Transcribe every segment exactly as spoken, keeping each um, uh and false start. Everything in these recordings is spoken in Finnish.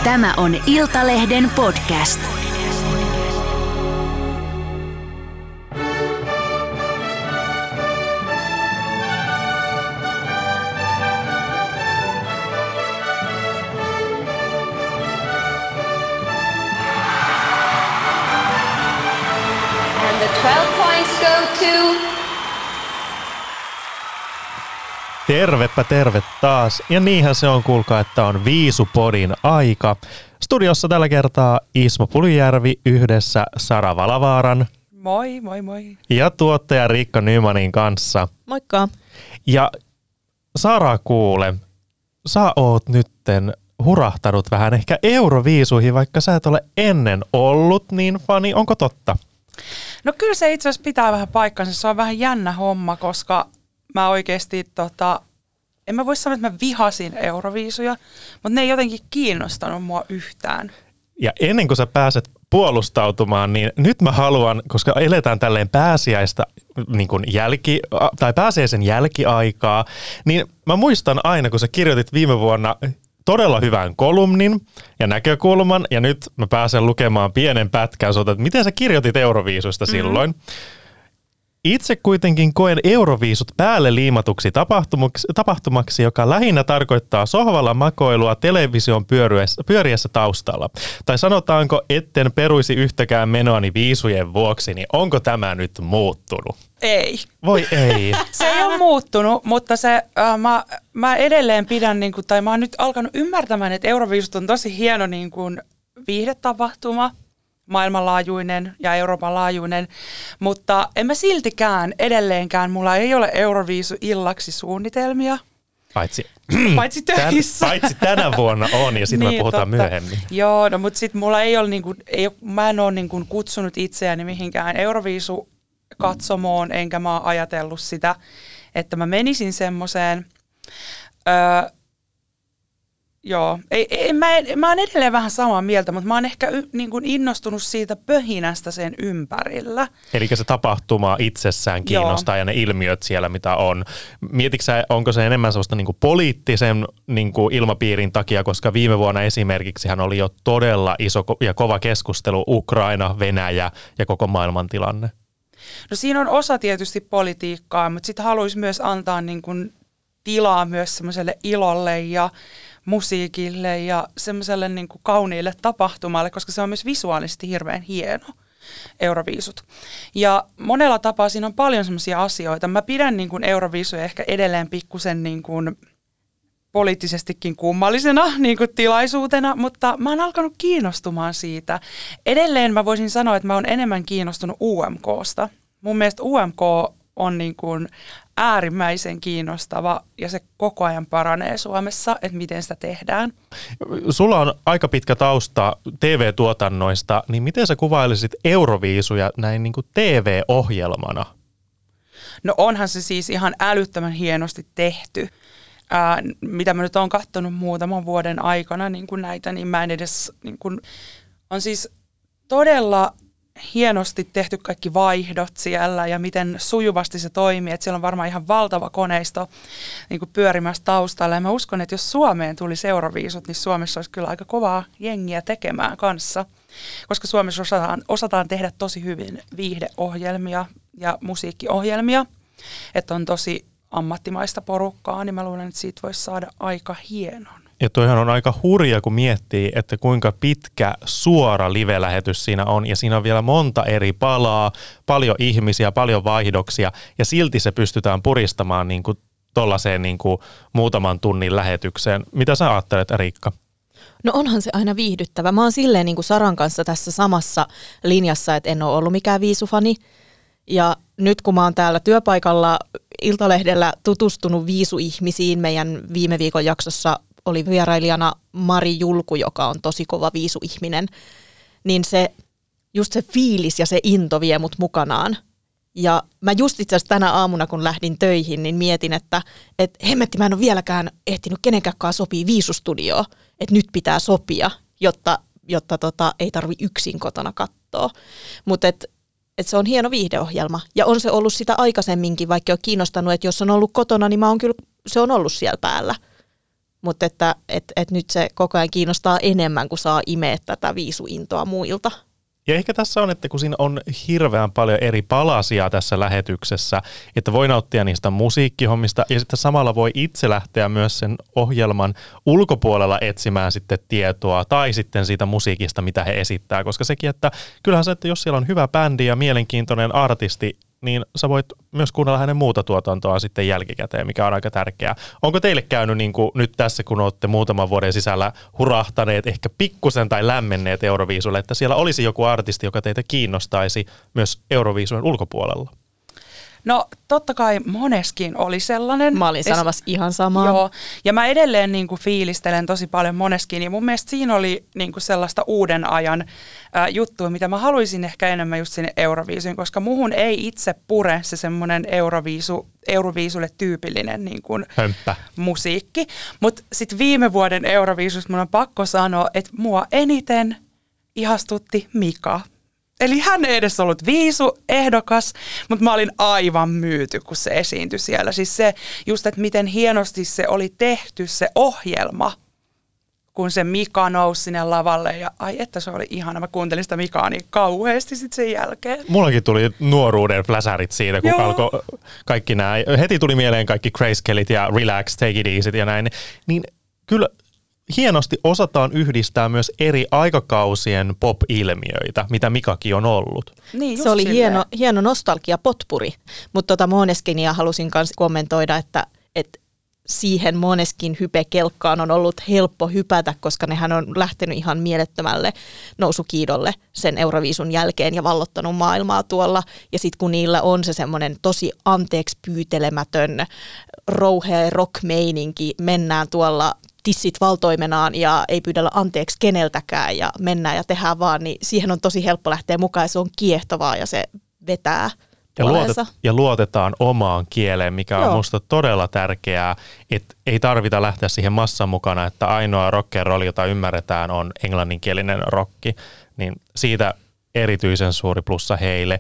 Tämä on Iltalehden podcast. And the twelve points go to... Tervepä terve taas. Ja niinhän se on, kuulkaa, että on Viisupodin aika. Studiossa tällä kertaa Ismo Puljärvi yhdessä Sara Valavaaran. Moi, moi, moi. Ja tuottaja Riikka Nymanin kanssa. Moikka. Ja Sara, kuule, sä oot nytten hurahtanut vähän ehkä Euroviisuihin, vaikka sä et ole ennen ollut niin fani. Onko totta? No kyllä se itse asiassa pitää vähän paikkansa. Se on vähän jännä homma, koska mä oikeasti, tota, en mä voi sanoa, että mä vihasin Euroviisuja, mutta ne ei jotenkin kiinnostanut mua yhtään. Ja ennen kuin sä pääset puolustautumaan, niin nyt mä haluan, koska eletään tälleen pääsiäistä niin kuin jälki, tai pääsiäisen jälkiaikaa, niin mä muistan aina, kun sä kirjoitit viime vuonna todella hyvän kolumnin ja näkökulman, ja nyt mä pääsen lukemaan pienen pätkän sulta, että miten sä kirjoitit Euroviisuista mm-hmm. silloin. Itse kuitenkin koen Euroviisut päälle liimatuksi tapahtumaksi, tapahtumaksi, joka lähinnä tarkoittaa sohvalla makoilua television pyöriessä, pyöriessä taustalla. Tai sanotaanko, etten peruisi yhtäkään menoani viisujen vuoksi, niin onko tämä nyt muuttunut? Ei. Voi ei. Se ei ole muuttunut, mutta se, äh, mä, mä edelleen pidän, niin kuin, tai mä oon nyt alkanut ymmärtämään, että Euroviisut on tosi hieno niin kuin viihdetapahtuma. Maailmanlaajuinen ja Euroopan laajuinen, mutta en mä siltikään edelleenkään, mulla ei ole Euroviisu illaksi suunnitelmia. Paitsi, paitsi töissä. Paitsi tänä vuonna on, ja sitten niin, me puhutaan totta. myöhemmin. Joo, no mutta sitten mulla ei ole, niinku, ei, mä en ole niinku kutsunut itseäni mihinkään Euroviisu-katsomoon, enkä mä oon ajatellut sitä, että mä menisin semmoiseen. Öö, Joo, ei, ei, mä, mä oon edelleen vähän samaa mieltä, mutta mä oon ehkä y, niin kuin innostunut siitä pöhinästä sen ympärillä. Eli se tapahtuma itsessään kiinnostaa. Joo. Ja ne ilmiöt siellä, mitä on. Mietitkö sä, onko se enemmän sellaista niin kuin poliittisen niin kuin ilmapiirin takia, koska viime vuonna esimerkiksi hän oli jo todella iso ja kova keskustelu Ukraina, Venäjä ja koko maailman tilanne? No siinä on osa tietysti politiikkaa, mutta sitten haluaisi myös antaa niin kuin tilaa myös semmoiselle ilolle ja musiikille ja semmoiselle niin kuin kauniille tapahtumalle, koska se on myös visuaalisesti hirveän hieno, Euroviisut. Ja monella tapaa siinä on paljon semmoisia asioita. Mä pidän niin kuin Euroviisuja ehkä edelleen pikkusen niin kuin poliittisestikin kummallisena niin kuin tilaisuutena, mutta mä oon alkanut kiinnostumaan siitä. Edelleen mä voisin sanoa, että mä oon enemmän kiinnostunut U M K:sta. Mun mielestä U M K on niin kuin äärimmäisen kiinnostava ja se koko ajan paranee Suomessa, että miten sitä tehdään. Sulla on aika pitkä tausta T V-tuotannoista, niin miten sä kuvailisit Euroviisuja näin niin kuin T V-ohjelmana? No onhan se siis ihan älyttömän hienosti tehty. Ää, mitä mä nyt oon katsonut muutaman vuoden aikana niin kuin näitä, niin mä en edes, niin kuin, on siis todella hienosti tehty kaikki vaihdot siellä ja miten sujuvasti se toimii, että siellä on varmaan ihan valtava koneisto niin kuin pyörimässä taustalla. Ja mä uskon, että jos Suomeen tulisi Euroviisut, niin Suomessa olisi kyllä aika kovaa jengiä tekemään kanssa, koska Suomessa osataan, osataan tehdä tosi hyvin viihdeohjelmia ja musiikkiohjelmia, että on tosi ammattimaista porukkaa, niin mä luulen, että siitä voisi saada aika hienon. Ja toihan on aika hurja, kun miettii, että kuinka pitkä suora live-lähetys siinä on. Ja siinä on vielä monta eri palaa, paljon ihmisiä, paljon vaihdoksia. Ja silti se pystytään puristamaan niin kuin tollaiseen niin kuin muutaman tunnin lähetykseen. Mitä sä ajattelet, Riikka? No onhan se aina viihdyttävä. Mä oon silleen niin kuin Saran kanssa tässä samassa linjassa, että en ole ollut mikään viisufani. Ja nyt kun mä oon täällä työpaikalla Iltalehdellä tutustunut viisuihmisiin, meidän viime viikon jaksossa oli vierailijana Mari Julku, joka on tosi kova viisuihminen, niin se, just se fiilis ja se into vie mut mukanaan. Ja mä just itse asiassa tänä aamuna, kun lähdin töihin, niin mietin, että et, hemmetti, mä en ole vieläkään ehtinyt kenenkään sopii viisustudioon, että nyt pitää sopia, jotta, jotta tota, ei tarvi yksin kotona katsoa. Mutta et, et se on hieno viihdeohjelma. Ja on se ollut sitä aikaisemminkin, vaikka ei ole kiinnostanut, että jos on ollut kotona, niin mä oon kyllä, se on ollut siellä päällä. mutta että et, et nyt se koko ajan kiinnostaa enemmän, kun saa imeä tätä viisuintoa muilta. Ja ehkä tässä on, että kun siinä on hirveän paljon eri palasia tässä lähetyksessä, että voi nauttia niistä musiikkihommista ja sitten samalla voi itse lähteä myös sen ohjelman ulkopuolella etsimään sitten tietoa tai sitten siitä musiikista, mitä he esittää, koska sekin, että kyllähän se, että jos siellä on hyvä bändi ja mielenkiintoinen artisti, niin sä voit myös kuunnella hänen muuta tuotantoa sitten jälkikäteen, mikä on aika tärkeää. Onko teille käynyt niin kuin nyt tässä, kun olette muutaman vuoden sisällä hurahtaneet, ehkä pikkusen tai lämmenneet Euroviisulle, että siellä olisi joku artisti, joka teitä kiinnostaisi myös Euroviisujen ulkopuolella? No totta kai Måneskin oli sellainen. Mä olin sanomassa ihan samaa. Joo, ja mä edelleen niin kuin fiilistelen tosi paljon Måneskin, ja mun mielestä siinä oli niin kuin sellaista uuden ajan ää, juttua, mitä mä haluaisin ehkä enemmän just sinne Euroviisuun, koska muhun ei itse pure se semmoinen Euroviisu, Euroviisulle tyypillinen niin kuin musiikki. Mutta sitten viime vuoden Euroviisussa mun on pakko sanoa, että mua eniten ihastutti Mika. Eli hän ei edes ollut viisuehdokas, mutta mä olin aivan myyty, kun se esiintyi siellä. Siis se just, että miten hienosti se oli tehty, se ohjelma, kun se Mika nousi sinne lavalle. Ja ai että se oli ihana, mä kuuntelin sitä Mikaa niin kauheasti sitten sen jälkeen. Mullakin tuli nuoruuden fläsärit siitä, kun Joo. alkoi kaikki nämä. Heti tuli mieleen kaikki Grace Kellyt ja Relax, Take It Easyt ja näin. Niin kyllä hienosti osataan yhdistää myös eri aikakausien pop-ilmiöitä, mitä Mikakin on ollut. Niin, se oli hieno, hieno nostalgia-potpuri, mutta tota Måneskinia halusin myös kommentoida, että, että siihen Måneskin hypekelkkaan on ollut helppo hypätä, koska nehän on lähtenyt ihan mielettömälle nousukiidolle sen Euroviisun jälkeen ja vallottanut maailmaa tuolla. Ja sitten kun niillä on se semmoinen tosi anteeksi pyytelemätön rouhea rock-meininki, mennään tuolla tissit valtoimenaan ja ei pyydellä anteeksi keneltäkään ja mennään ja tehdään vaan, niin siihen on tosi helppo lähteä mukaan ja se on kiehtovaa ja se vetää ja, luotet, ja luotetaan omaan kieleen, mikä on Joo. musta todella tärkeää, että ei tarvita lähteä siihen massan mukana, että ainoa rock'n'roll, jota ymmärretään, on englanninkielinen rokki, niin siitä erityisen suuri plussa heille.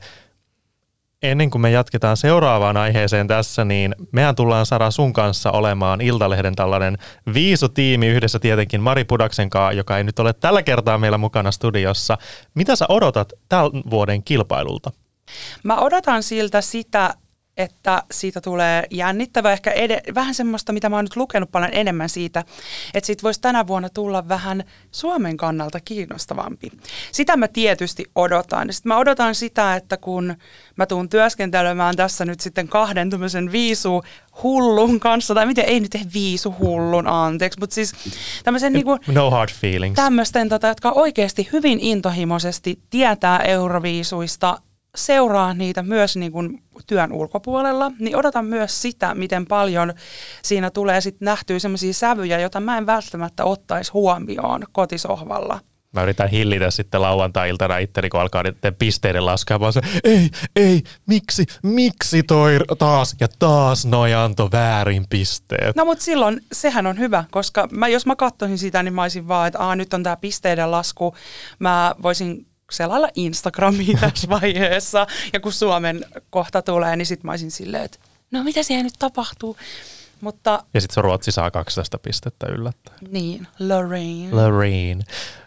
Ennen kuin me jatketaan seuraavaan aiheeseen tässä, niin mehän tullaan Sara sun kanssa olemaan Iltalehden tällainen viisutiimi yhdessä tietenkin Mari Pudaksen kanssa, joka ei nyt ole tällä kertaa meillä mukana studiossa. Mitä sä odotat tämän vuoden kilpailulta? Mä odotan siltä sitä, että siitä tulee jännittävä, ehkä ed- vähän semmoista, mitä mä oon nyt lukenut paljon enemmän siitä, että siitä voisi tänä vuonna tulla vähän Suomen kannalta kiinnostavampi. Sitä mä tietysti odotan. Sitten mä odotan sitä, että kun mä tuun työskentelemään tässä nyt sitten kahden tämmöisen viisuhullun kanssa, tai miten, ei nyt tee viisuhullun, anteeksi, mutta siis tämmöisen niinku, no hard feelings. Tämmöisten, tota, jotka oikeasti hyvin intohimoisesti tietää euroviisuista, seuraa niitä myös niin kuin työn ulkopuolella, niin odotan myös sitä, miten paljon siinä tulee sitten nähtyä sellaisia sävyjä, joita mä en välttämättä ottaisi huomioon kotisohvalla. Mä yritän hillitä sitten lauantai-iltana itteni, kun alkaa niiden pisteiden laskea, vaan se, ei, ei, miksi, miksi toi taas ja taas noi antoi väärin pisteet. No mutta silloin sehän on hyvä, koska mä, jos mä katsoisin sitä, niin mä olisin vaan, että Aa, nyt on tää pisteiden lasku, mä voisin selailla Instagramia tässä vaiheessa, ja kun Suomen kohta tulee, niin sit mä olisin silleen, että no mitä siellä nyt tapahtuu, mutta... Ja sit se Ruotsi saa kaksitoista pistettä yllättäen. Niin, Lorraine. Lorraine.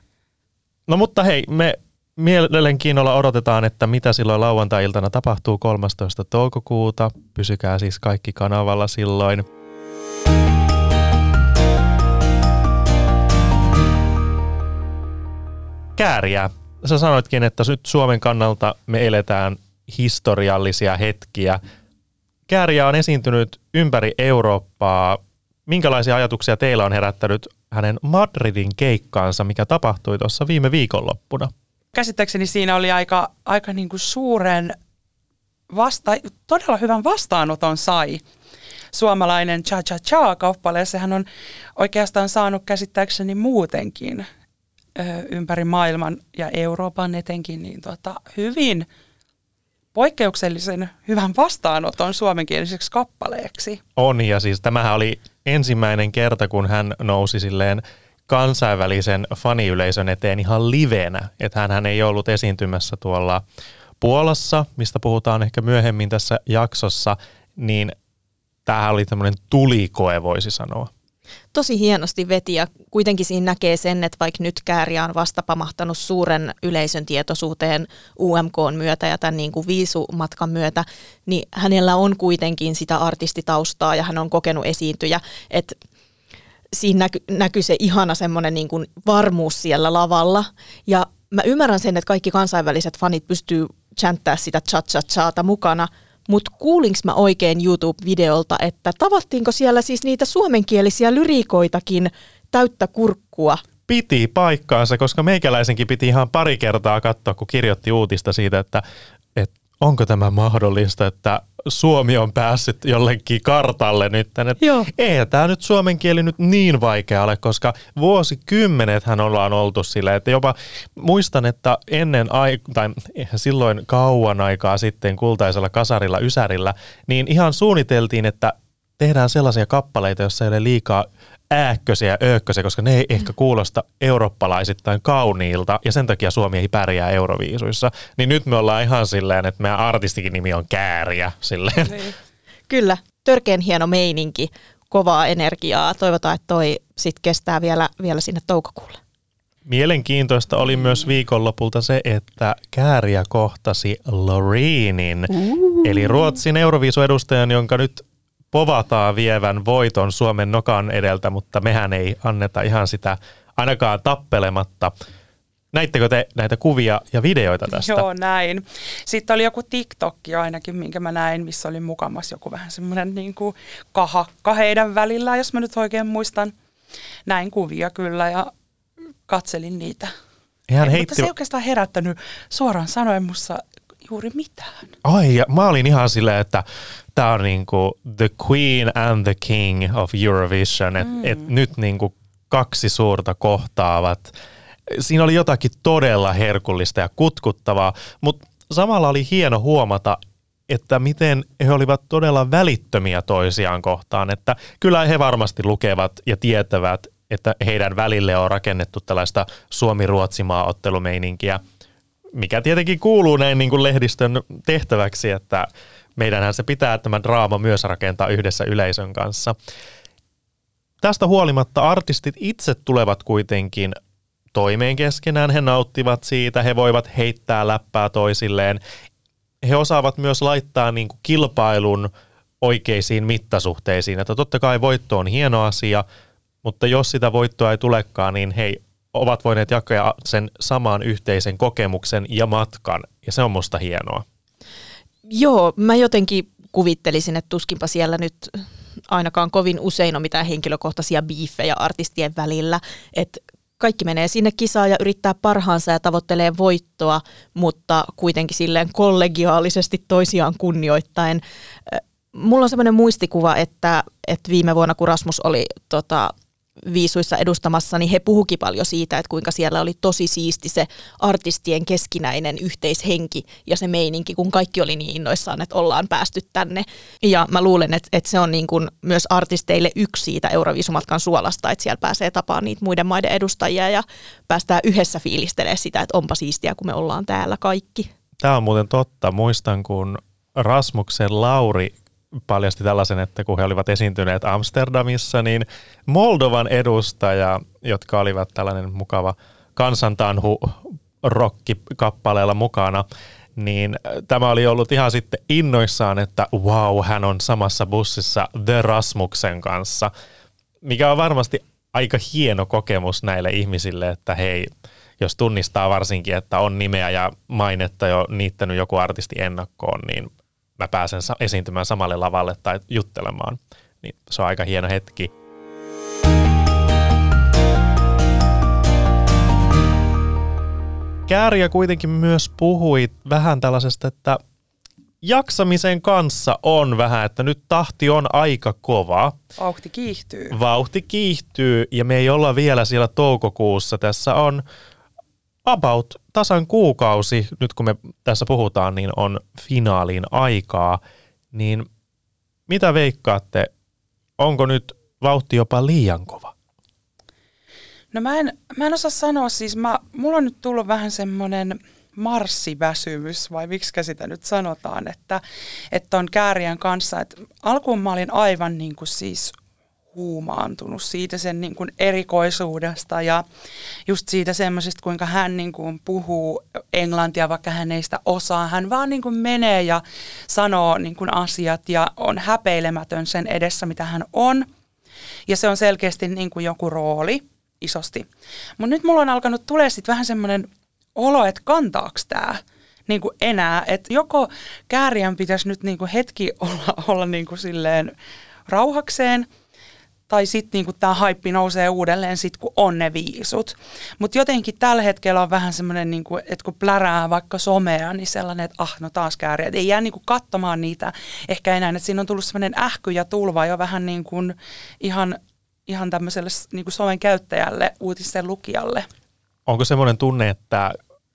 No mutta hei, me mielenkiinnolla odotetaan, että mitä silloin lauantai-iltana tapahtuu kolmastoista toukokuuta. Pysykää siis kaikki kanavalla silloin. Kääriä. Sä sanoitkin, että nyt Suomen kannalta me eletään historiallisia hetkiä. Kääriä on esiintynyt ympäri Eurooppaa. Minkälaisia ajatuksia teillä on herättänyt hänen Madridin keikkaansa, mikä tapahtui tuossa viime viikonloppuna? Käsittääkseni siinä oli aika, aika niin kuin suuren, vasta, todella hyvän vastaanoton sai suomalainen Cha Cha Cha-kappale. Sehän on oikeastaan saanut käsittääkseni muutenkin ö, ympäri maailman ja Euroopan etenkin niin tota, hyvin poikkeuksellisen hyvän vastaanoton suomenkieliseksi kappaleeksi. On, ja siis tämähän oli ensimmäinen kerta, kun hän nousi silleen kansainvälisen faniyleisön eteen ihan livenä. Että hänhän ei ollut esiintymässä tuolla Puolassa, mistä puhutaan ehkä myöhemmin tässä jaksossa, niin tämähän oli tämmöinen tulikoe, voisi sanoa. Tosi hienosti veti ja kuitenkin siinä näkee sen, että vaikka nyt Kääriä on vasta pamahtanut suuren yleisön tietoisuuteen U M K:n myötä ja tämän niin kuin viisumatkan myötä, niin hänellä on kuitenkin sitä artistitaustaa ja hän on kokenut esiintyjä, että siinä näky, näkyy se ihana semmoinen niin kuin varmuus siellä lavalla ja mä ymmärrän sen, että kaikki kansainväliset fanit pystyy chanttää sitä cha-cha-chaata mukana, mutta kuulinko mä oikein YouTube-videolta, että tavattiinko siellä siis niitä suomenkielisiä lyriikoitakin täyttä kurkkua? Piti paikkaansa, koska meikäläisenkin piti ihan pari kertaa katsoa, kun kirjoitti uutista siitä, että, että onko tämä mahdollista, että Suomi on päässyt jollekin kartalle nyt. Ei tämä nyt suomen kieli nyt niin vaikea ole, koska vuosikymmenethän ollaan oltu sillä, että jopa muistan, että ennen ai- tai silloin kauan aikaa sitten kultaisella kasarilla Ysärillä, niin ihan suunniteltiin, että tehdään sellaisia kappaleita, joissa ei ole liikaa ääkkösiä ja öökkösiä, koska ne ei ehkä kuulosta eurooppalaisittain kauniilta ja sen takia Suomi ei pärjää Euroviisuissa. Niin nyt me ollaan ihan silleen, että meidän artistikin nimi on Kääriä. Silleen. Niin. Kyllä, törkeän hieno meininki, kovaa energiaa. Toivotaan, että toi sit kestää vielä, vielä sinne toukokuulle. Mielenkiintoista oli myös viikonlopulta se, että Kääriä kohtasi Loreenin, uh. eli Ruotsin Euroviisuedustajan, jonka nyt povataan vievän voiton Suomen nokan edeltä, mutta mehän ei anneta ihan sitä ainakaan tappelematta. Näittekö te näitä kuvia ja videoita tästä? Joo, näin. Sitten oli joku TikTokki ainakin, minkä mä näin, missä oli mukamas joku vähän semmoinen niin kuin kahakka heidän välillä, jos mä nyt oikein muistan. Näin kuvia kyllä ja katselin niitä. Ei, heitti... Mutta se ei oikeastaan herättänyt suoraan sanoen musta juuri mitään. Ai, ja mä olin ihan silleen, että tää on niinku the queen and the king of Eurovision, että mm. et nyt niinku kaksi suurta kohtaavat. Siinä oli jotakin todella herkullista ja kutkuttavaa, mutta samalla oli hieno huomata, että miten he olivat todella välittömiä toisiaan kohtaan, että kyllä he varmasti lukevat ja tietävät, että heidän välille on rakennettu tällaista Suomi-Ruotsi-maaottelumeininkiä, mikä tietenkin kuuluu näin niin kuin lehdistön tehtäväksi, että meidänhän se pitää tämä draama myös rakentaa yhdessä yleisön kanssa. Tästä huolimatta artistit itse tulevat kuitenkin toimeen keskenään, he nauttivat siitä, he voivat heittää läppää toisilleen. He osaavat myös laittaa niin kuin kilpailun oikeisiin mittasuhteisiin, että totta kai voitto on hieno asia, mutta jos sitä voittoa ei tulekaan, niin hei, ovat voineet jakaa sen saman yhteisen kokemuksen ja matkan, ja se on musta hienoa. Joo, mä jotenkin kuvittelisin, että tuskinpa siellä nyt ainakaan kovin usein on mitään henkilökohtaisia biiffejä artistien välillä, että kaikki menee sinne kisaan ja yrittää parhaansa ja tavoittelee voittoa, mutta kuitenkin silleen kollegiaalisesti toisiaan kunnioittaen. Mulla on semmoinen muistikuva, että, että viime vuonna kun Rasmus oli tota, viisuissa edustamassa, niin he puhuikin paljon siitä, että kuinka siellä oli tosi siisti se artistien keskinäinen yhteishenki ja se meininki, kun kaikki oli niin innoissaan, että ollaan päästy tänne. Ja mä luulen, että, että se on niin kuin myös artisteille yksi siitä Euroviisumatkan suolasta, että siellä pääsee tapaamaan niitä muiden maiden edustajia ja päästään yhdessä fiilistelemään sitä, että onpa siistiä, kun me ollaan täällä kaikki. Tämä on muuten totta. Muistan, kun Rasmuksen Lauri paljasti tällaisen, että kun he olivat esiintyneet Amsterdamissa, niin Moldovan edustaja, jotka olivat tällainen mukava kansantanhu rockikappaleella mukana, niin tämä oli ollut ihan sitten innoissaan, että wow, hän on samassa bussissa The Rasmuksen kanssa, mikä on varmasti aika hieno kokemus näille ihmisille, että hei, jos tunnistaa varsinkin, että on nimeä ja mainetta jo niittänyt joku artisti ennakkoon, niin mä pääsen esiintymään samalle lavalle tai juttelemaan, niin se on aika hieno hetki. Kääriä kuitenkin myös puhui vähän tällaisesta, että jaksamisen kanssa on vähän, että nyt tahti on aika kova. Vauhti kiihtyy. Vauhti kiihtyy ja me ei olla vielä siellä toukokuussa. Tässä on about tasan kuukausi, nyt kun me tässä puhutaan, niin on finaaliin aikaa. Niin mitä veikkaatte, onko nyt vauhti jopa liian kova? No mä en, mä en osaa sanoa, siis mä, mulla on nyt tullut vähän semmoinen marssiväsymys, vai miksikä sitä nyt sanotaan, että, että on Kääriän kanssa. Että alkuun mä olin aivan niin kuin siis huumaantunut siitä sen niin kuin erikoisuudesta ja just siitä semmoisesta, kuinka hän niin kuin puhuu englantia, vaikka hän ei sitä osaa. Hän vaan niin kuin menee ja sanoo niin kuin asiat ja on häpeilemätön sen edessä, mitä hän on. Ja se on selkeästi niin kuin joku rooli isosti. Mutta nyt mulla on alkanut tulee sitten vähän semmoinen olo, että kantaako tämä niin kuin enää. Että joko Kääriän pitäisi nyt niin kuin hetki olla, olla niin kuin silleen rauhakseen, tai sitten niinku tämä haippi nousee uudelleen sit, kun on ne viisut. Mutta jotenkin tällä hetkellä on vähän semmoinen, niinku, että kun plärää vaikka somea, niin sellainen, että ah, no taas Kääriä. Et ei jää niinku katsomaan niitä ehkä enää, että siinä on tullut semmoinen ähky ja tulva jo vähän niin kuin ihan, ihan tämmöiselle niinku somen käyttäjälle, uutisten lukijalle. Onko semmoinen tunne, että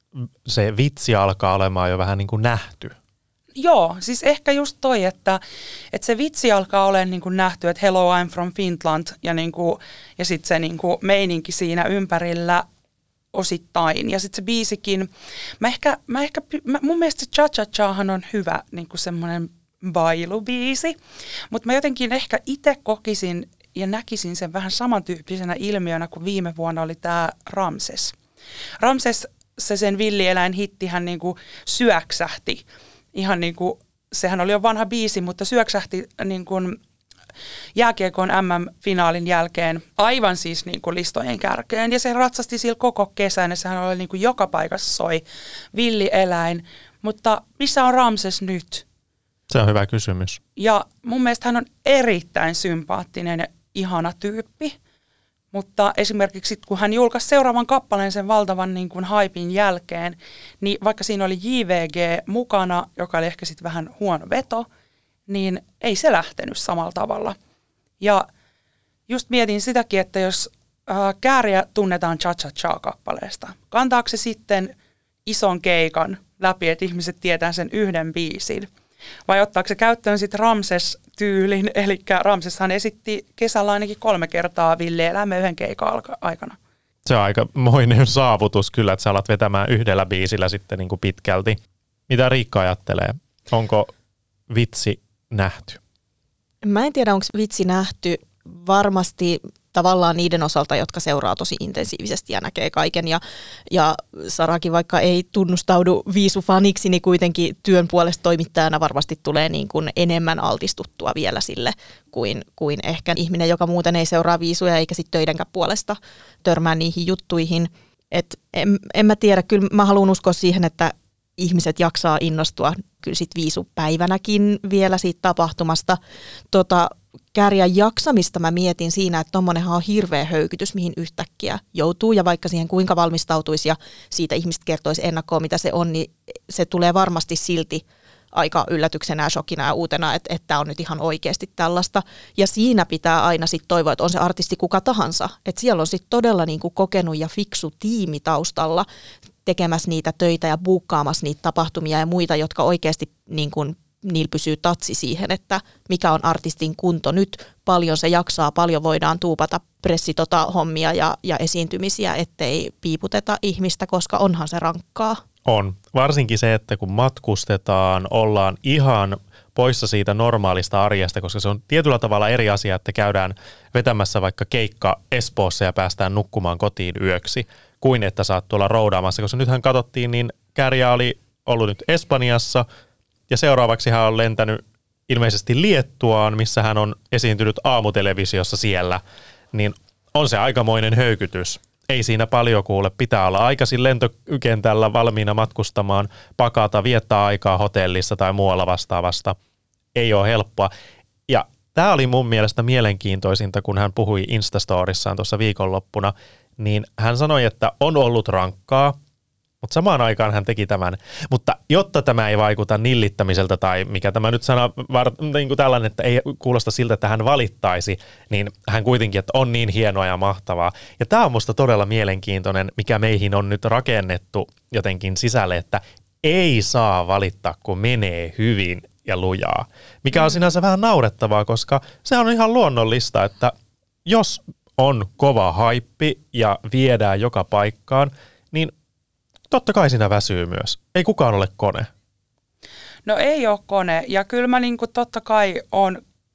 se vitsi alkaa olemaan jo vähän niin kuin nähty? Joo, siis ehkä just toi, että, että se vitsi alkaa olemaan niin kuin nähty, että hello I'm from Finland ja, niin kuin, ja sitten se niin kuin meininki siinä ympärillä osittain. Ja sitten se biisikin, mä ehkä, mä ehkä, mä, mun mielestä se Cha-Cha-Chahan on hyvä niin kuin semmoinen bailubiisi, mutta mä jotenkin ehkä itse kokisin ja näkisin sen vähän samantyyppisenä ilmiönä kuin viime vuonna oli tämä Ramses. Ramses, se sen villieläin hittihän niin kuin syöksähti. Ihan niin kuin, sehän oli jo vanha biisi, mutta syöksähti niin kuin jääkiekon M M-finaalin jälkeen aivan siis niin kuin listojen kärkeen. Ja se ratsasti sillä koko kesän ja sehän oli niin kuin joka paikassa soi villieläin. Mutta missä on Ramses nyt? Se on hyvä kysymys. Ja mun mielestä hän on erittäin sympaattinen ja ihana tyyppi. Mutta esimerkiksi kun hän julkaisi seuraavan kappaleen sen valtavan niin kuin haipin jälkeen, niin vaikka siinä oli J V G mukana, joka oli ehkä sitten vähän huono veto, niin ei se lähtenyt samalla tavalla. Ja just mietin sitäkin, että jos äh, Kääriä tunnetaan Cha-Cha-Cha-kappaleesta, kantaako se sitten ison keikan läpi, että ihmiset tietää sen yhden biisin? Vai ottaako se käyttöön sitten Ramses-tyylin, eli Ramseshan esitti kesällä ainakin kolme kertaa villieläimen yhden keikan aikana. Se on aika moinen saavutus kyllä, että sä alat vetämään yhdellä biisillä sitten niin kuin pitkälti. Mitä Riikka ajattelee? Onko vitsi nähty? Mä en tiedä, onko vitsi nähty. Varmasti tavallaan niiden osalta, jotka seuraa tosi intensiivisesti ja näkee kaiken. Ja, ja Sarakin, vaikka ei tunnustaudu viisufaniksi, niin kuitenkin työn puolesta toimittajana varmasti tulee niin kuin enemmän altistuttua vielä sille, kuin, kuin ehkä ihminen, joka muuten ei seuraa viisuja eikä sitten töidenkään puolesta törmää niihin juttuihin. Et en, en mä tiedä, kyllä mä haluan uskoa siihen, että ihmiset jaksaa innostua kyllä sit viisupäivänäkin vielä siitä tapahtumasta. Tota, Kääriän jaksamista mä mietin siinä, että tommonenhan on hirveä höykytys, mihin yhtäkkiä joutuu, ja vaikka siihen kuinka valmistautuisi ja siitä ihmiset kertoisi ennakkoon, mitä se on, niin se tulee varmasti silti aika yllätyksenä ja shokina ja uutena, että tämä on nyt ihan oikeasti tällaista. Ja siinä pitää aina sitten toivoa, että on se artisti kuka tahansa, että siellä on sitten todella niinku kokenut ja fiksu tiimi taustalla tekemässä niitä töitä ja buukkaamassa niitä tapahtumia ja muita, jotka oikeasti niin kuin niillä pysyy tatsi siihen, että mikä on artistin kunto nyt, paljon se jaksaa, paljon voidaan tuupata pressitota-hommia ja, ja esiintymisiä, ettei piiputeta ihmistä, koska onhan se rankkaa. On. Varsinkin se, että kun matkustetaan, ollaan ihan poissa siitä normaalista arjesta, koska se on tietyllä tavalla eri asia, että käydään vetämässä vaikka keikka Espoossa ja päästään nukkumaan kotiin yöksi, kuin että saat tuolla roudaamassa, koska nythän katsottiin, niin Kääriä oli ollut nyt Espanjassa, ja seuraavaksi hän on lentänyt ilmeisesti Liettuaan, missä hän on esiintynyt aamutelevisiossa siellä, niin on se aikamoinen höykytys. Ei siinä paljon kuule, pitää olla aikaisin lentokentällä valmiina matkustamaan, pakata, viettää aikaa hotellissa tai muualla vastaavasta. Ei ole helppoa. Ja tämä oli mun mielestä mielenkiintoisinta, kun hän puhui Instastorissaan tuossa viikonloppuna, niin hän sanoi, että on ollut rankkaa, mutta samaan aikaan hän teki tämän. Mutta jotta tämä ei vaikuta nillittämiseltä tai mikä tämä nyt sana, niin kuin tällainen, että ei kuulosta siltä, että hän valittaisi, niin hän kuitenkin, että on niin hienoa ja mahtavaa. Ja tämä on musta todella mielenkiintoinen, mikä meihin on nyt rakennettu jotenkin sisälle, että ei saa valittaa, kun menee hyvin ja lujaa. Mikä on sinänsä vähän naurettavaa, koska se on ihan luonnollista, että jos on kova haippi ja viedään joka paikkaan, niin totta kai siinä väsyy myös. Ei kukaan ole kone. No ei ole kone. Ja kyllä mä niinku totta kai on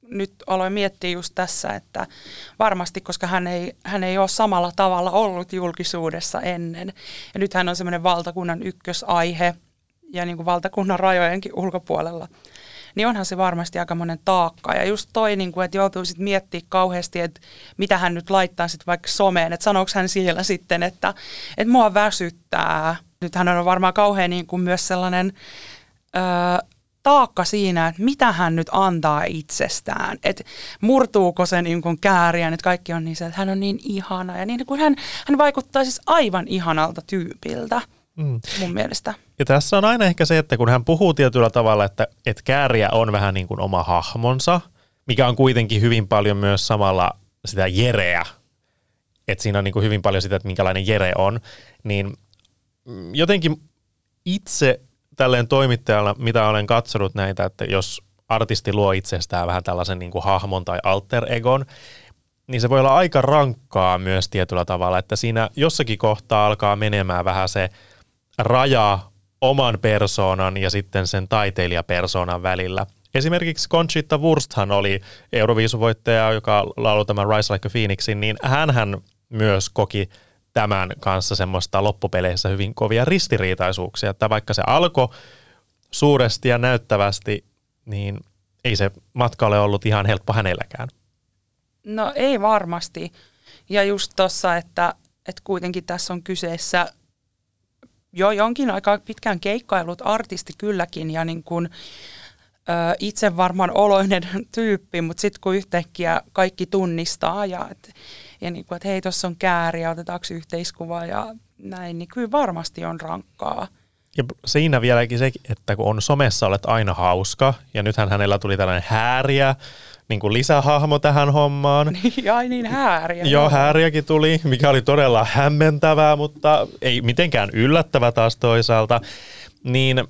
nyt aloin miettiä just tässä, että varmasti, koska hän ei, hän ei ole samalla tavalla ollut julkisuudessa ennen. Ja nyt hän on semmoinen valtakunnan ykkösaihe ja niin kuin valtakunnan rajojenkin ulkopuolella. Niin onhan se varmasti aika monen taakka. Ja just toi, niin kuin, että joutuu sitten miettimään kauheasti, että mitä hän nyt laittaa sitten vaikka someen. Että sanooko hän siellä sitten, että, että mua väsyttää. Nyt hän on varmaan kauhean niin kuin myös sellainen Öö, taakka siinä, että mitä hän nyt antaa itsestään, että murtuuko se niin kuin kääriä, että kaikki on niin se, että hän on niin ihana ja niin kuin hän, hän vaikuttaa siis aivan ihanalta tyypiltä mm. mun mielestä. Ja tässä on aina ehkä se, että kun hän puhuu tietyllä tavalla, että, että kääriä on vähän niin kuin oma hahmonsa, mikä on kuitenkin hyvin paljon myös samalla sitä jereä, että siinä on niin kuin hyvin paljon sitä, että minkälainen jere on, niin jotenkin itse tälleen toimittajalla, mitä olen katsonut näitä, että jos artisti luo itsestään vähän tällaisen niin kuin hahmon tai alter egon, niin se voi olla aika rankkaa myös tietyllä tavalla, että siinä jossakin kohtaa alkaa menemään vähän se raja oman persoonan ja sitten sen taiteilijapersoonan välillä. Esimerkiksi Conchita Wursthan oli Euroviisuvoittaja, joka lauloi tämän Rise Like a Phoenixin, niin hänhän myös koki tämän kanssa semmoista loppupeleissä hyvin kovia ristiriitaisuuksia, että vaikka se alkoi suuresti ja näyttävästi, niin ei se matka ole ollut ihan helppo hänelläkään. No ei varmasti. Ja just tossa, että, että kuitenkin tässä on kyseessä jo jonkin aikaa pitkään keikkailut artisti kylläkin ja niin kuin, ö, itse varmaan oloinen tyyppi, mutta sitten kun yhtäkkiä kaikki tunnistaa ja et, Ja niin kuin, että hei, tuossa on kääriä, otetaanko yhteiskuva ja näin, niin kyllä varmasti on rankkaa. Ja siinä vieläkin se, että kun on somessa olet aina hauska, ja nythän hänellä tuli tällainen hääriä, niin kuin lisähahmo tähän hommaan. Ai niin, hääriä. Joo, hääriäkin tuli, mikä oli todella hämmentävää, mutta ei mitenkään yllättävä taas toisaalta. Niin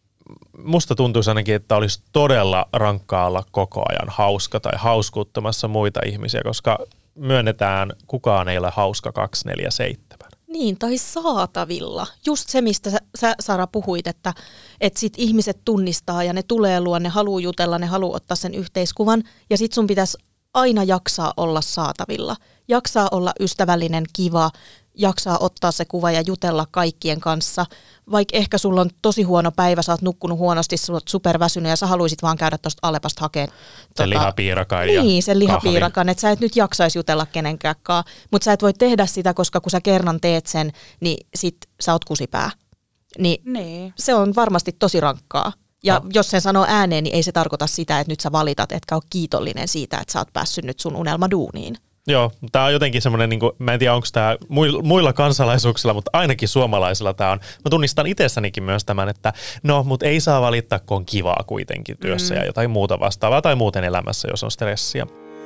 musta tuntuisi ainakin, että olisi todella rankkaa olla koko ajan hauska tai hauskuttamassa muita ihmisiä, koska myönnetään, kukaan ei ole hauska kaksikymmentäneljä seitsemän. Niin, tai saatavilla. Just se, mistä sä, sä Sara puhuit, että, että sit ihmiset tunnistaa ja ne tulee luo, ne haluaa jutella, ne haluaa ottaa sen yhteiskuvan. Ja sit sun pitäisi aina jaksaa olla saatavilla. Jaksaa olla ystävällinen, kiva, jaksaa ottaa se kuva ja jutella kaikkien kanssa. Vaikka ehkä sulla on tosi huono päivä, sä oot nukkunut huonosti, sä oot superväsynyt ja sä haluisit vaan käydä tuosta Alepasta hakemaan. Sen tota, lihapiirakan ja Niin, sen lihapiirakan, että sä et nyt jaksaisi jutella kenenkään, mutta sä et voi tehdä sitä, koska kun sä kerran teet sen, niin sit sä oot kusipää. Niin, niin. Se on varmasti tosi rankkaa. Ja no. Jos sen sanoo ääneen, niin ei se tarkoita sitä, että nyt sä valitat, etkä ole kiitollinen siitä, että sä oot päässyt nyt sun unelmaduuniin. Joo, tämä on jotenkin semmoinen, niin kuin, mä en tiedä onko tämä muilla kansalaisuuksilla, mutta ainakin suomalaisilla tämä on. Mä tunnistan itsessänikin myös tämän, että no, mutta ei saa valittaa, kun on kivaa kuitenkin työssä mm. ja jotain muuta vastaavaa tai muuten elämässä, jos on stressiä.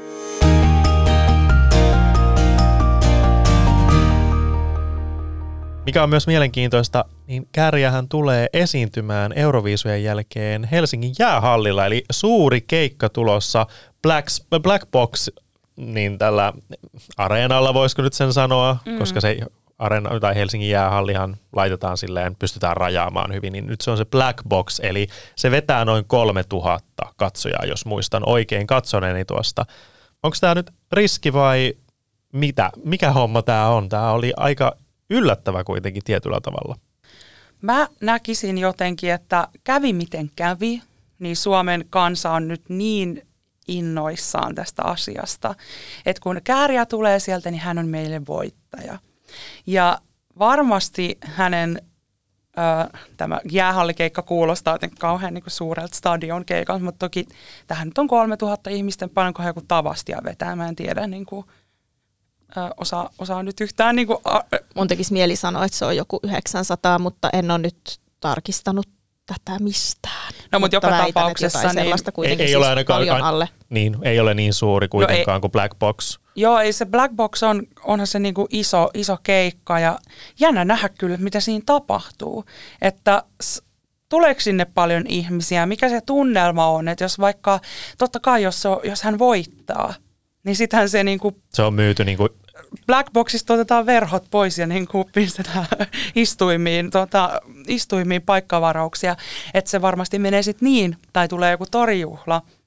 Mikä on myös mielenkiintoista, niin Kääriähän tulee esiintymään Euroviisujen jälkeen Helsingin jäähallilla, eli suuri keikka tulossa Black, Black Box, niin tällä areenalla voisiko nyt sen sanoa, mm. koska se areena tai Helsingin jäähallihan laitetaan silleen, pystytään rajaamaan hyvin, niin nyt se on se Black Box, eli se vetää noin kolme tuhatta katsojaa, jos muistan oikein katsoneeni tuosta. Onko tämä nyt riski vai mitä? Mikä homma tämä on? Tämä oli aika yllättävä kuitenkin tietyllä tavalla. Mä näkisin jotenkin, että kävi miten kävi, niin Suomen kansa on nyt niin innoissaan tästä asiasta, että kun Kääriä tulee sieltä, niin hän on meille voittaja. Ja varmasti hänen ö, tämä jäähallikeikka kuulostaa kauhean niin kuin suurelta stadion keikalta, mutta toki tähän nyt on kolmetuhatta ihmistä, paljonko he joku Tavastia vetää, mä en tiedä, niin kuin, ö, osaa, osaa nyt yhtään. Niin kuin, a, Mun tekisi mieli sanoa, että se on joku yhdeksänsataa, mutta en ole nyt tarkistanut tätä mistään. No, mutta joka väitän, tapauksessa niin ei, ei siis ole ainakaan paljon alle. Niin, ei ole niin suuri kuitenkaan no, kuin Black Box. Joo, ei se Black Box on, onhan se niinku iso, iso keikka ja jännä nähdä kyllä, mitä siinä tapahtuu. Että s- tuleeko sinne paljon ihmisiä, mikä se tunnelma on, että jos vaikka, totta kai jos, se on, jos hän voittaa, niin sittenhän se niinku se on myyty niinku Black Boxista otetaan verhot pois ja niin kuin pistetään istuimiin, tota, istuimiin paikkavarauksia, että se varmasti menee sitten niin, tai tulee joku torijuhla,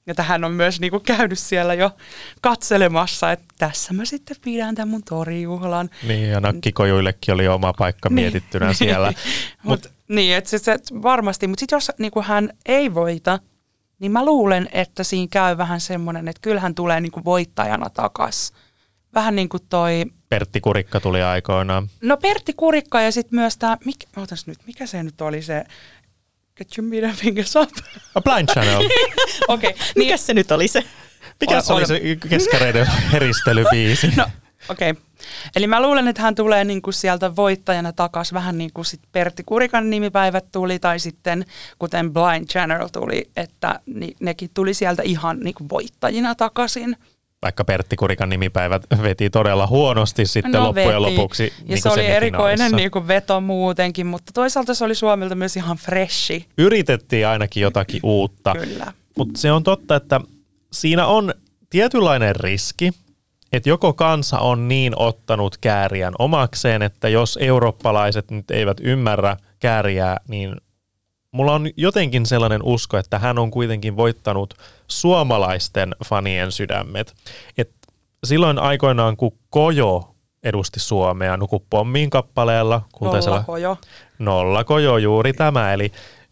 Ja hän on myös niinku käynyt siellä jo katselemassa, että tässä mä sitten pidän tämän mun torijuhlan. Niin, ja nakkikojuillekin oli oma paikka mietittynä niin. siellä. Mut, Mut, niin, että se, se varmasti. Mutta sitten jos niinku hän ei voita, niin mä luulen, että siinä käy vähän semmoinen, että kyllähän tulee niinku voittajana takas. Vähän niin kuin toi... Pertti Kurikka tuli aikoinaan. No Pertti Kurikka ja sitten myös tämä, mikä, ootas nyt, mikä se nyt oli se... Get your middle fingers up. A Blind Channel. Okei. Okay, mikä niin, se nyt oli se? Mikä on, se oli se keskareiden heristelybiisi? No okei. Okay. Eli mä luulen, että hän tulee niinku sieltä voittajana takaisin, vähän niin kuin sit Pertti Kurikan nimipäivät tuli, tai sitten kuten Blind Channel tuli, että ni, nekin tuli sieltä ihan niinku voittajina takaisin. Vaikka Pertti Kurikan nimipäivät veti todella huonosti sitten no, loppujen veti. lopuksi. Ja niin se oli erikoinen niin kuin veto muutenkin, mutta toisaalta se oli Suomelta myös ihan freshi. Yritettiin ainakin jotakin uutta. Kyllä. Mutta se on totta, että siinä on tietynlainen riski, että joko kansa on niin ottanut Kääriän omakseen, että jos eurooppalaiset nyt eivät ymmärrä Kääriää, niin mulla on jotenkin sellainen usko, että hän on kuitenkin voittanut suomalaisten fanien sydämet. Et silloin aikoinaan, kun Kojo edusti Suomea Nuku pommiin kappaleella. Nolla Kojo. Nolla Kojo, juuri tämä. Eli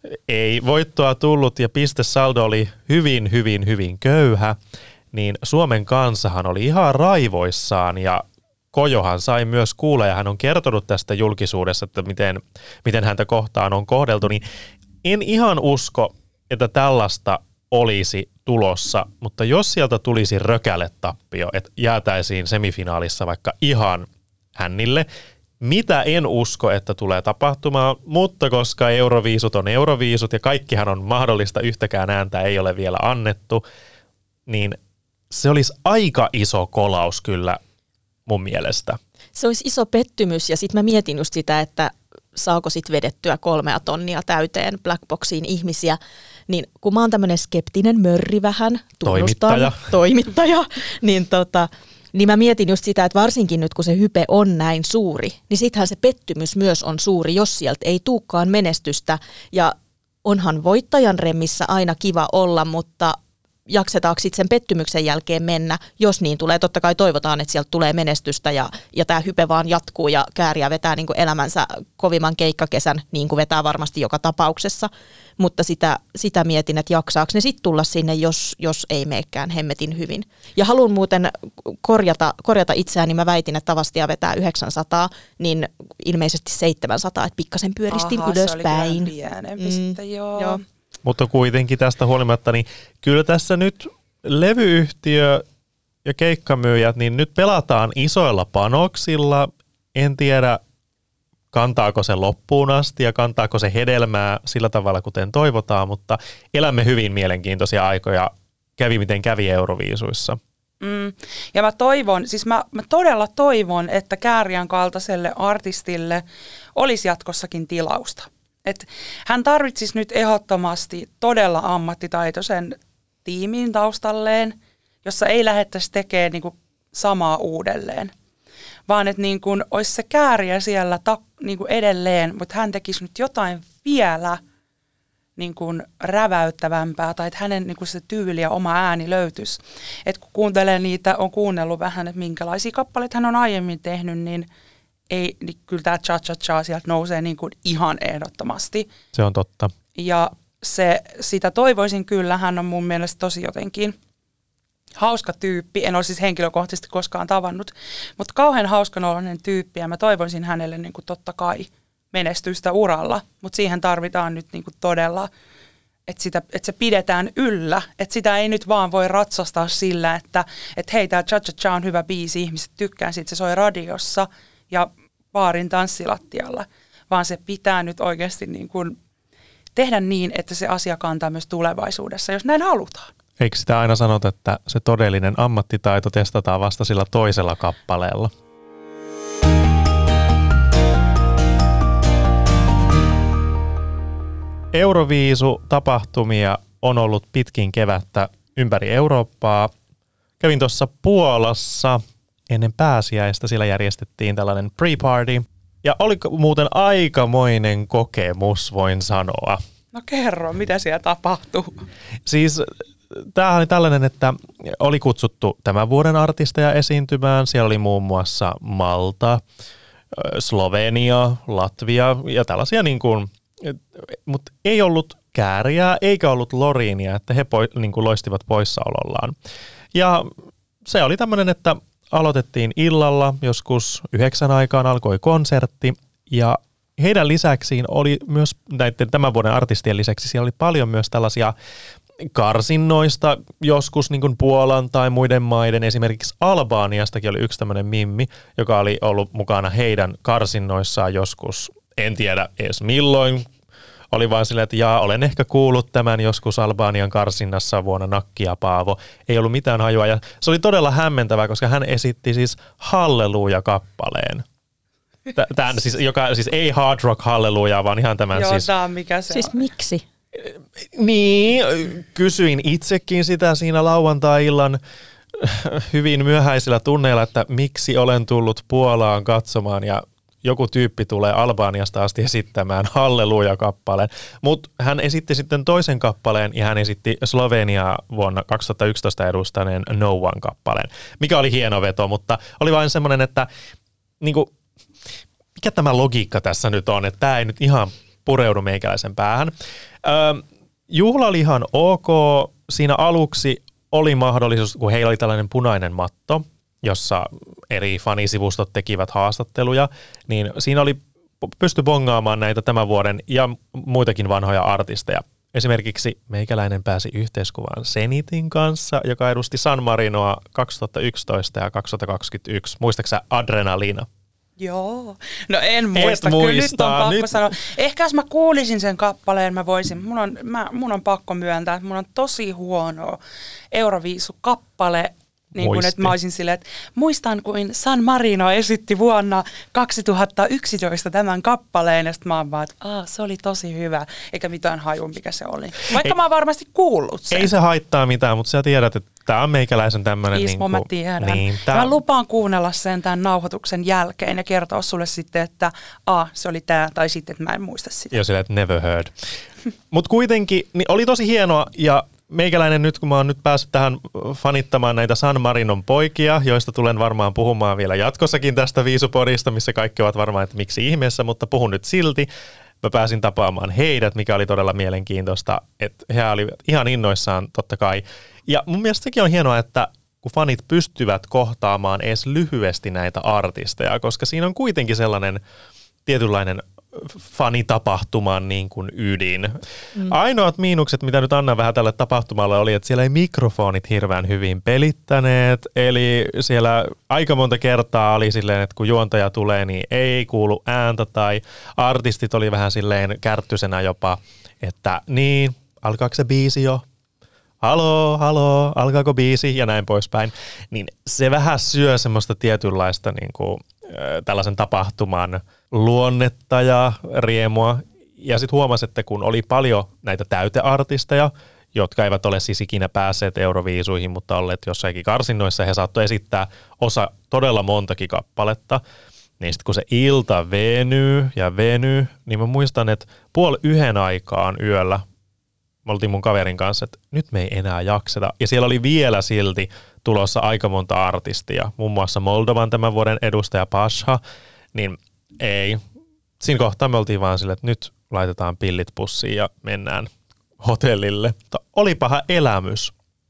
ei voittoa tullut ja pistesaldo oli hyvin, hyvin, hyvin köyhä. Niin Suomen kansahan oli ihan raivoissaan ja Kojohan sai myös kuulla ja hän on kertonut tästä julkisuudessa, että miten, miten häntä kohtaan on kohdeltu. Niin en ihan usko, että tällaista olisi tulossa, mutta jos sieltä tulisi rökäletappio, että jäätäisiin semifinaalissa vaikka ihan hännille, mitä en usko, että tulee tapahtumaan, mutta koska euroviisut on euroviisut ja kaikkihan on mahdollista, yhtäkään ääntä ei ole vielä annettu, niin se olisi aika iso kolaus kyllä mun mielestä. Se olisi iso pettymys ja sitten mä mietin just sitä, että saako sitten vedettyä kolmea tonnia täyteen Blackboxiin ihmisiä, niin kun mä oon tämmöinen skeptinen mörri vähän, tunnustan, toimittaja, toimittaja niin, tota, niin mä mietin just sitä, että varsinkin nyt kun se hype on näin suuri, niin sittenhän se pettymys myös on suuri, jos sieltä ei tulekaan menestystä ja onhan voittajan remmissä aina kiva olla, mutta jaksetaanko sitten sen pettymyksen jälkeen mennä, jos niin tulee. Totta kai toivotaan, että sieltä tulee menestystä ja, ja tämä hype vaan jatkuu ja Kääriä vetää niin kuin elämänsä kovimman keikkakesän, niin kuin vetää varmasti joka tapauksessa. Mutta sitä, sitä mietin, että jaksaako ne sitten tulla sinne, jos, jos ei meekään hemmetin hyvin. Ja haluan muuten korjata, korjata itseäni, mä väitin, että Tavastia vetää yhdeksänsataa, niin ilmeisesti seitsemänsataa, että pikkasen pyöristin Aha, ylöspäin. Se oli pienempi mm, sitten, joo. joo. Mutta kuitenkin tästä huolimatta, niin kyllä tässä nyt levyyhtiö ja keikkamyyjät, niin nyt pelataan isoilla panoksilla. En tiedä, kantaako se loppuun asti ja kantaako se hedelmää sillä tavalla, kuten toivotaan, mutta elämme hyvin mielenkiintoisia aikoja. Kävi miten kävi Euroviisuissa. Mm. Ja mä toivon, siis mä, mä todella toivon, että Kääriän kaltaiselle artistille olisi jatkossakin tilausta. Et hän tarvitsisi nyt ehdottomasti todella ammattitaitoisen tiimin taustalleen, jossa ei lähdettäisi tekemään niinku samaa uudelleen, vaan että niinku olisi se Kääriä siellä ta, niinku edelleen, mutta hän tekisi nyt jotain vielä niinku räväyttävämpää tai että hänen niinku se tyyli ja oma ääni löytyisi. Et kun kuuntelee niitä, on kuunnellut vähän, että minkälaisia kappaleita hän on aiemmin tehnyt, niin ei, niin kyllä tämä cha-cha-cha sieltä nousee niin kuin ihan ehdottomasti. Se on totta. Ja se, sitä toivoisin kyllä, hän on mun mielestä tosi jotenkin hauska tyyppi. En ole siis henkilökohtaisesti koskaan tavannut, mutta kauhean hauskan oloinen tyyppi ja mä toivoisin hänelle niin kuin totta kai menestystä uralla, mutta siihen tarvitaan nyt niin kuin todella, että, sitä, että se pidetään yllä, että sitä ei nyt vaan voi ratsastaa sillä, että, että hei, tämä cha-cha-cha on hyvä biisi, ihmiset tykkää siitä, se soi radiossa ja baarin tanssilattialla, vaan se pitää nyt oikeasti niin kuin tehdä niin, että se asia kantaa myös tulevaisuudessa, jos näin halutaan. Eikö sitä aina sanota, että se todellinen ammattitaito testataan vasta sillä toisella kappaleella? Euroviisu-tapahtumia on ollut pitkin kevättä ympäri Eurooppaa. Kävin tuossa Puolassa ennen pääsiäistä, siellä järjestettiin tällainen pre-party. Ja oli muuten aikamoinen kokemus, voin sanoa. No kerro, mitä siellä tapahtuu? Siis tämähän oli tällainen, että oli kutsuttu tämän vuoden artisteja esiintymään. Siellä oli muun muassa Malta, Slovenia, Latvia ja tällaisia niin kuin, mutta ei ollut Kääriää eikä ollut Loriinia, että he poi, niin kuin loistivat poissaolollaan. Ja se oli tämmöinen, että aloitettiin illalla, joskus yhdeksän aikaan alkoi konsertti ja heidän lisäksiin oli myös näiden tämän vuoden artistien lisäksi siellä oli paljon myös tällaisia karsinnoista, joskus niin kuin Puolan tai muiden maiden, esimerkiksi Albaniastakin oli yksi tämmöinen mimmi, joka oli ollut mukana heidän karsinnoissaan joskus, en tiedä edes milloin, oli vaan silleen, että jaa, olen ehkä kuullut tämän joskus Albanian karsinnassa vuonna Nakki ja Paavo. Ei ollut mitään hajua ja se oli todella hämmentävää, koska hän esitti siis Halleluja-kappaleen. Tämän, siis, joka siis ei hard rock hallelujaa, vaan ihan tämän Joo, siis... Joo, mikä se Siis on? miksi? Niin, kysyin itsekin sitä siinä lauantai-illan hyvin myöhäisillä tunneilla, että miksi olen tullut Puolaan katsomaan ja joku tyyppi tulee Albaniasta asti esittämään Halleluja-kappaleen. Mutta hän esitti sitten toisen kappaleen ja hän esitti Sloveniaa vuonna kaksituhattayksitoista edustaneen No One-kappaleen, mikä oli hieno veto, mutta oli vain semmoinen, että niinku, mikä tämä logiikka tässä nyt on, että tämä ei nyt ihan pureudu meikäläisen päähän. Öö, juhla oli ihan ok. Siinä aluksi oli mahdollisuus, kun heillä oli tällainen punainen matto, jossa eri fanisivustot tekivät haastatteluja, niin siinä oli pysty bongaamaan näitä tämän vuoden ja muitakin vanhoja artisteja. Esimerkiksi meikäläinen pääsi yhteiskuvaan Zenitin kanssa, joka edusti San Marinoa kaksituhattayksitoista ja kaksituhattakaksikymmentäyksi. Muistaaksä Adrenalina? Joo. No en muista. Kyllä muista. nyt on pakko Nyt... sanoa. Ehkä jos mä kuulisin sen kappaleen, mä voisin. Mun on, mä, mun on pakko myöntää, että mun on tosi huono Euroviisu-kappale. Niin kuin, että mä olisin silleen, että muistan, kuin San Marino esitti vuonna kaksituhattayksitoista tämän kappaleen, ja sitten mä oon vaan, että Aa, se oli tosi hyvä, eikä mitään haju, mikä se oli. Vaikka ei, mä oon varmasti kuullut sen. Ei se haittaa mitään, mutta sä tiedät, että tää on meikäläisen tämmönen... Ismo, niin kuin, mä tiedän. Niin, tää... Mä lupaan kuunnella sen tämän nauhoituksen jälkeen ja kertoa sulle sitten, että A, se oli tää, tai sitten, että mä en muista sitä. Joo, silleen, että never heard. Mutta kuitenkin niin oli tosi hienoa, ja meikäläinen nyt, kun mä oon nyt päässyt tähän fanittamaan näitä San Marinon poikia, joista tulen varmaan puhumaan vielä jatkossakin tästä Viisupodista, missä kaikki ovat varmaan, että miksi ihmeessä, mutta puhun nyt silti. Mä pääsin tapaamaan heidät, mikä oli todella mielenkiintoista, että he olivat ihan innoissaan totta kai. Ja mun mielestä sekin on hienoa, että kun fanit pystyvät kohtaamaan edes lyhyesti näitä artisteja, koska siinä on kuitenkin sellainen tietynlainen fanitapahtuman niin kuin ydin. Mm. Ainoat miinukset, mitä nyt annan vähän tälle tapahtumalle, oli, että siellä ei mikrofonit hirveän hyvin pelittäneet, eli siellä aika monta kertaa oli silleen, että kun juontaja tulee, niin ei kuulu ääntä, tai artistit oli vähän silleen kärttyisenä jopa, että niin, alkaako se biisi jo? Haloo, haloo, alkaako biisi ja näin poispäin. Niin se vähän syö semmoista tietynlaista niin kuin, tällaisen tapahtuman luonnetta ja riemua. Ja sitten huomasi, että kun oli paljon näitä täyteartisteja, jotka eivät ole siis ikinä päässeet Euroviisuihin, mutta olleet jossakin karsinnoissa, he saattoi esittää osa todella montakin kappaletta. Niin sitten kun se ilta venyy ja venyy, niin mä muistan, että puoli yhden aikaan yöllä me oltiin mun kaverin kanssa, että nyt me ei enää jakseta. Ja siellä oli vielä silti tulossa aika monta artistia, muun muassa Moldovan tämän vuoden edustaja Pasha, niin ei. Siinä kohtaa me oltiin vaan silleen, että nyt laitetaan pillit pussiin ja mennään hotellille. Mutta olipahan elämys.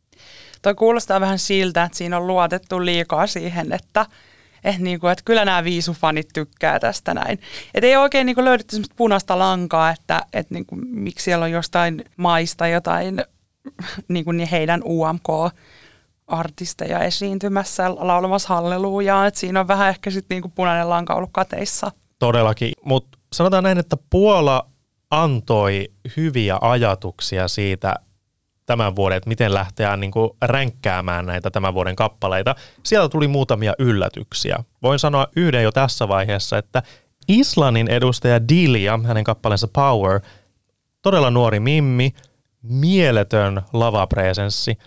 Toi kuulostaa vähän siltä, että siinä on luotettu liikaa siihen, että että, niinku, että kyllä nämä viisufanit tykkää tästä näin. Että ei oikein niinku löydetty semmoista punaista lankaa, että et niinku, miksi siellä on jostain maista jotain niinku heidän U M K-artisteja esiintymässä laulamassa hallelujaa. Että siinä on vähän ehkä sitten niinku punainen lanka ollut kateissa. Todellakin, mutta sanotaan näin, että Puola antoi hyviä ajatuksia siitä tämän vuoden, että miten lähteä niin kuin ränkkäämään näitä tämän vuoden kappaleita. Sieltä tuli muutamia yllätyksiä. Voin sanoa yhden jo tässä vaiheessa, että Islannin edustaja Dilia, hänen kappaleensa Power, todella nuori mimmi, mieletön lavapresenssi.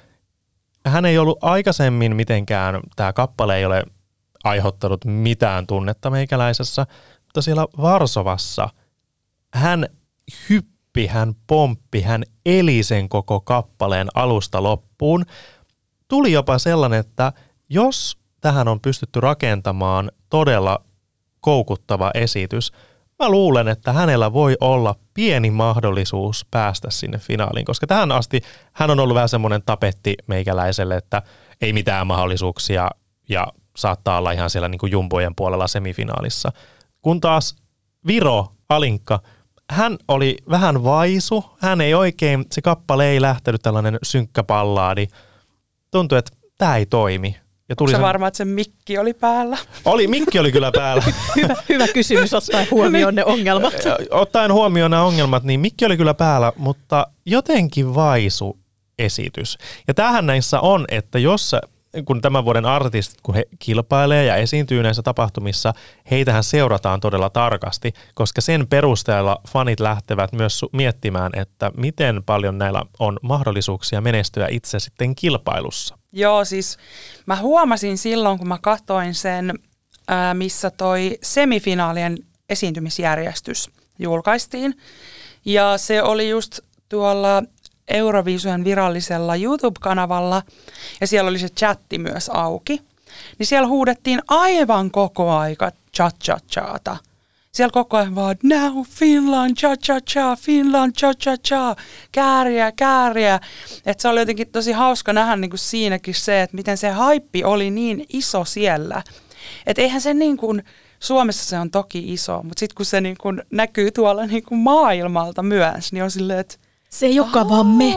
Hän ei ollut aikaisemmin mitenkään, tämä kappale ei ole aiheuttanut mitään tunnetta meikäläisessä, mutta siellä Varsovassa hän hyppi pomppii, hän pomppi, hän eli sen koko kappaleen alusta loppuun. Tuli jopa sellainen, että jos tähän on pystytty rakentamaan todella koukuttava esitys, mä luulen, että hänellä voi olla pieni mahdollisuus päästä sinne finaaliin, koska tähän asti hän on ollut vähän semmoinen tapetti meikäläiselle, että ei mitään mahdollisuuksia ja saattaa olla ihan siellä niin kuin jumbojen puolella semifinaalissa. Kun taas Viro, Alinka, hän oli vähän vaisu, hän ei oikein, se kappale ei lähtenyt tällainen synkkä ballaadi. Tuntui, että tämä ei toimi. Ja tuli Onko se sen... varma, että se mikki oli päällä? Oli, mikki oli kyllä päällä. hyvä, hyvä kysymys, ottaen huomioon ne ongelmat. Ottaen huomioon nämä ongelmat, niin mikki oli kyllä päällä, mutta jotenkin vaisu esitys. Ja tämähän näissä on, että jos kun tämän vuoden artistit, kun he kilpailee ja esiintyy näissä tapahtumissa, heitähän seurataan todella tarkasti, koska sen perusteella fanit lähtevät myös miettimään, että miten paljon näillä on mahdollisuuksia menestyä itse sitten kilpailussa. Joo, siis mä huomasin silloin, kun mä katsoin sen, ää, missä toi semifinaalien esiintymisjärjestys julkaistiin. Ja se oli just tuolla Euroviisujen virallisella YouTube-kanavalla, ja siellä oli se chatti myös auki. Niin siellä huudettiin aivan koko aika cha-cha-chaata. Siellä koko ajan vaan, now Finland, cha-cha-cha, Finland, cha-cha-cha, kääriä, kääriä. Että se oli jotenkin tosi hauska nähdä niin kuin siinäkin se, että miten se haippi oli niin iso siellä. Että eihän se niin kuin, Suomessa se on toki iso, mutta sitten kun se niin kuin näkyy tuolla niin kuin maailmalta myös, niin on silleen, että se ei olekaan vaan me.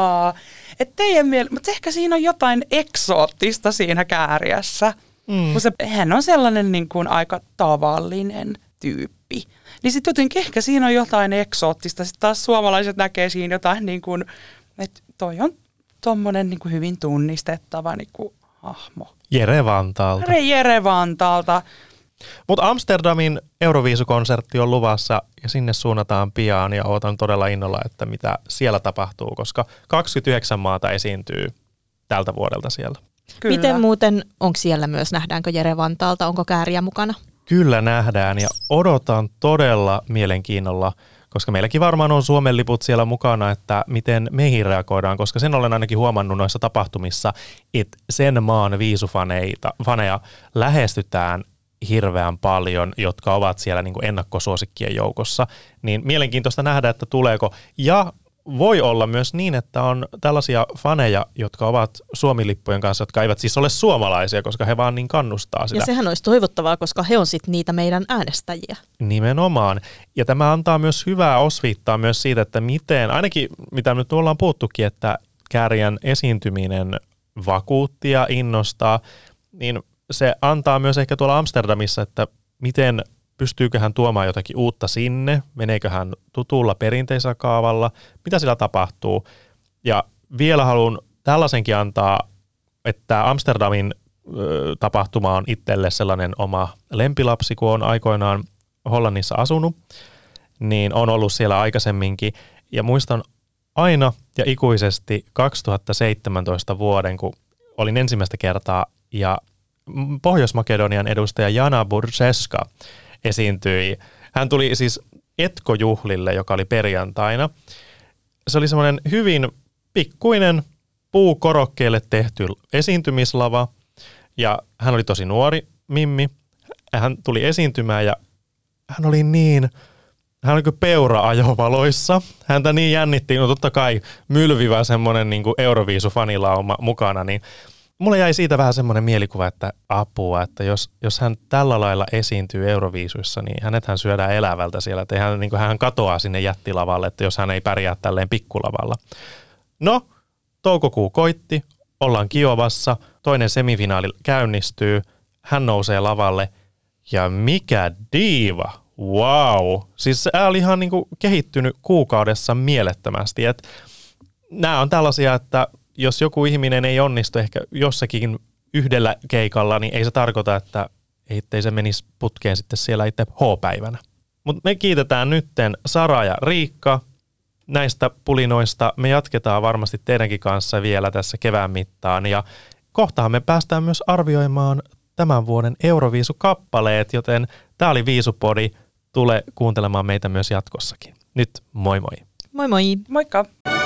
Että teidän mielestä, mutta ehkä siinä on jotain eksoottista siinä kääriässä. Mm. Kun se, hän on sellainen niin kuin aika tavallinen tyyppi. Niin sitten jotenkin ehkä siinä on jotain eksoottista. Sitten taas suomalaiset näkee siinä jotain, niin kuin, että toi on tommonen niin kuin hyvin tunnistettava niin kuin hahmo. Jere Vantaalta. Jere Vantaalta. Mutta Amsterdamin Euroviisukonsertti on luvassa ja sinne suunnataan pian ja odotan todella innolla, että mitä siellä tapahtuu, koska kaksikymmentäyhdeksän maata esiintyy tältä vuodelta siellä. Kyllä. Miten muuten, onko siellä myös, nähdäänkö Jere Vantaalta, onko kääriä mukana? Kyllä nähdään ja odotan todella mielenkiinnolla, koska meilläkin varmaan on Suomen liput siellä mukana, että miten meihin reagoidaan, koska sen olen ainakin huomannut noissa tapahtumissa, että sen maan viisufaneja lähestytään hirveän paljon, jotka ovat siellä niin kuin ennakkosuosikkien joukossa, niin mielenkiintoista nähdä, että tuleeko. Ja voi olla myös niin, että on tällaisia faneja, jotka ovat Suomi-lippujen kanssa, jotka eivät siis ole suomalaisia, koska he vaan niin kannustaa sitä. Ja sehän olisi toivottavaa, koska he on sitten niitä meidän äänestäjiä. Nimenomaan. Ja tämä antaa myös hyvää osviittaa myös siitä, että miten, ainakin mitä nyt ollaan puhuttukin, että kääriän esiintyminen vakuutti ja innostaa, niin se antaa myös ehkä tuolla Amsterdamissa, että miten pystyykö hän tuomaan jotakin uutta sinne, meneekö hän tutulla perinteisellä kaavalla, mitä sillä tapahtuu. Ja vielä haluan tällaisenkin antaa, että Amsterdamin ö, tapahtuma on itselle sellainen oma lempilapsi, kun on aikoinaan Hollannissa asunut, niin on ollut siellä aikaisemminkin. Ja muistan aina ja ikuisesti kaksituhattaseitsemäntoista vuoden, kun olin ensimmäistä kertaa ja Pohjois-Makedonian edustaja Jana Burzeska esiintyi. Hän tuli siis Etko-juhlille, joka oli perjantaina. Se oli semmoinen hyvin pikkuinen puukorokkeelle tehty esiintymislava ja hän oli tosi nuori mimmi. Hän tuli esiintymään ja hän oli niin, hän oli kuin peura ajovaloissa. Häntä niin jännittiin, no totta kai mylvivä semmoinen niin kuin Euroviisu-fanilauma mukana, niin mulle jäi siitä vähän semmoinen mielikuva, että apua, että jos, jos hän tällä lailla esiintyy Euroviisuissa, niin hänethän syödään elävältä siellä, että hän, niin kuin hän katoaa sinne jättilavalle, että jos hän ei pärjää tälleen pikkulavalla. No, toukokuu koitti, ollaan Kiovassa, toinen semifinaali käynnistyy, hän nousee lavalle ja mikä diiva, wow. Siis se oli ihan niin kuin kehittynyt kuukaudessa mielettömästi, että nämä on tällaisia, että jos joku ihminen ei onnistu ehkä jossakin yhdellä keikalla, niin ei se tarkoita, että ettei se menisi putkeen sitten siellä itse H-päivänä. Mutta me kiitetään nytten Sara ja Riikka näistä pulinoista. Me jatketaan varmasti teidänkin kanssa vielä tässä kevään mittaan. Ja kohtahan me päästään myös arvioimaan tämän vuoden Euroviisukappaleet, joten tämä oli Viisupodi. Tule kuuntelemaan meitä myös jatkossakin. Nyt moi moi! Moi moi! Moikka!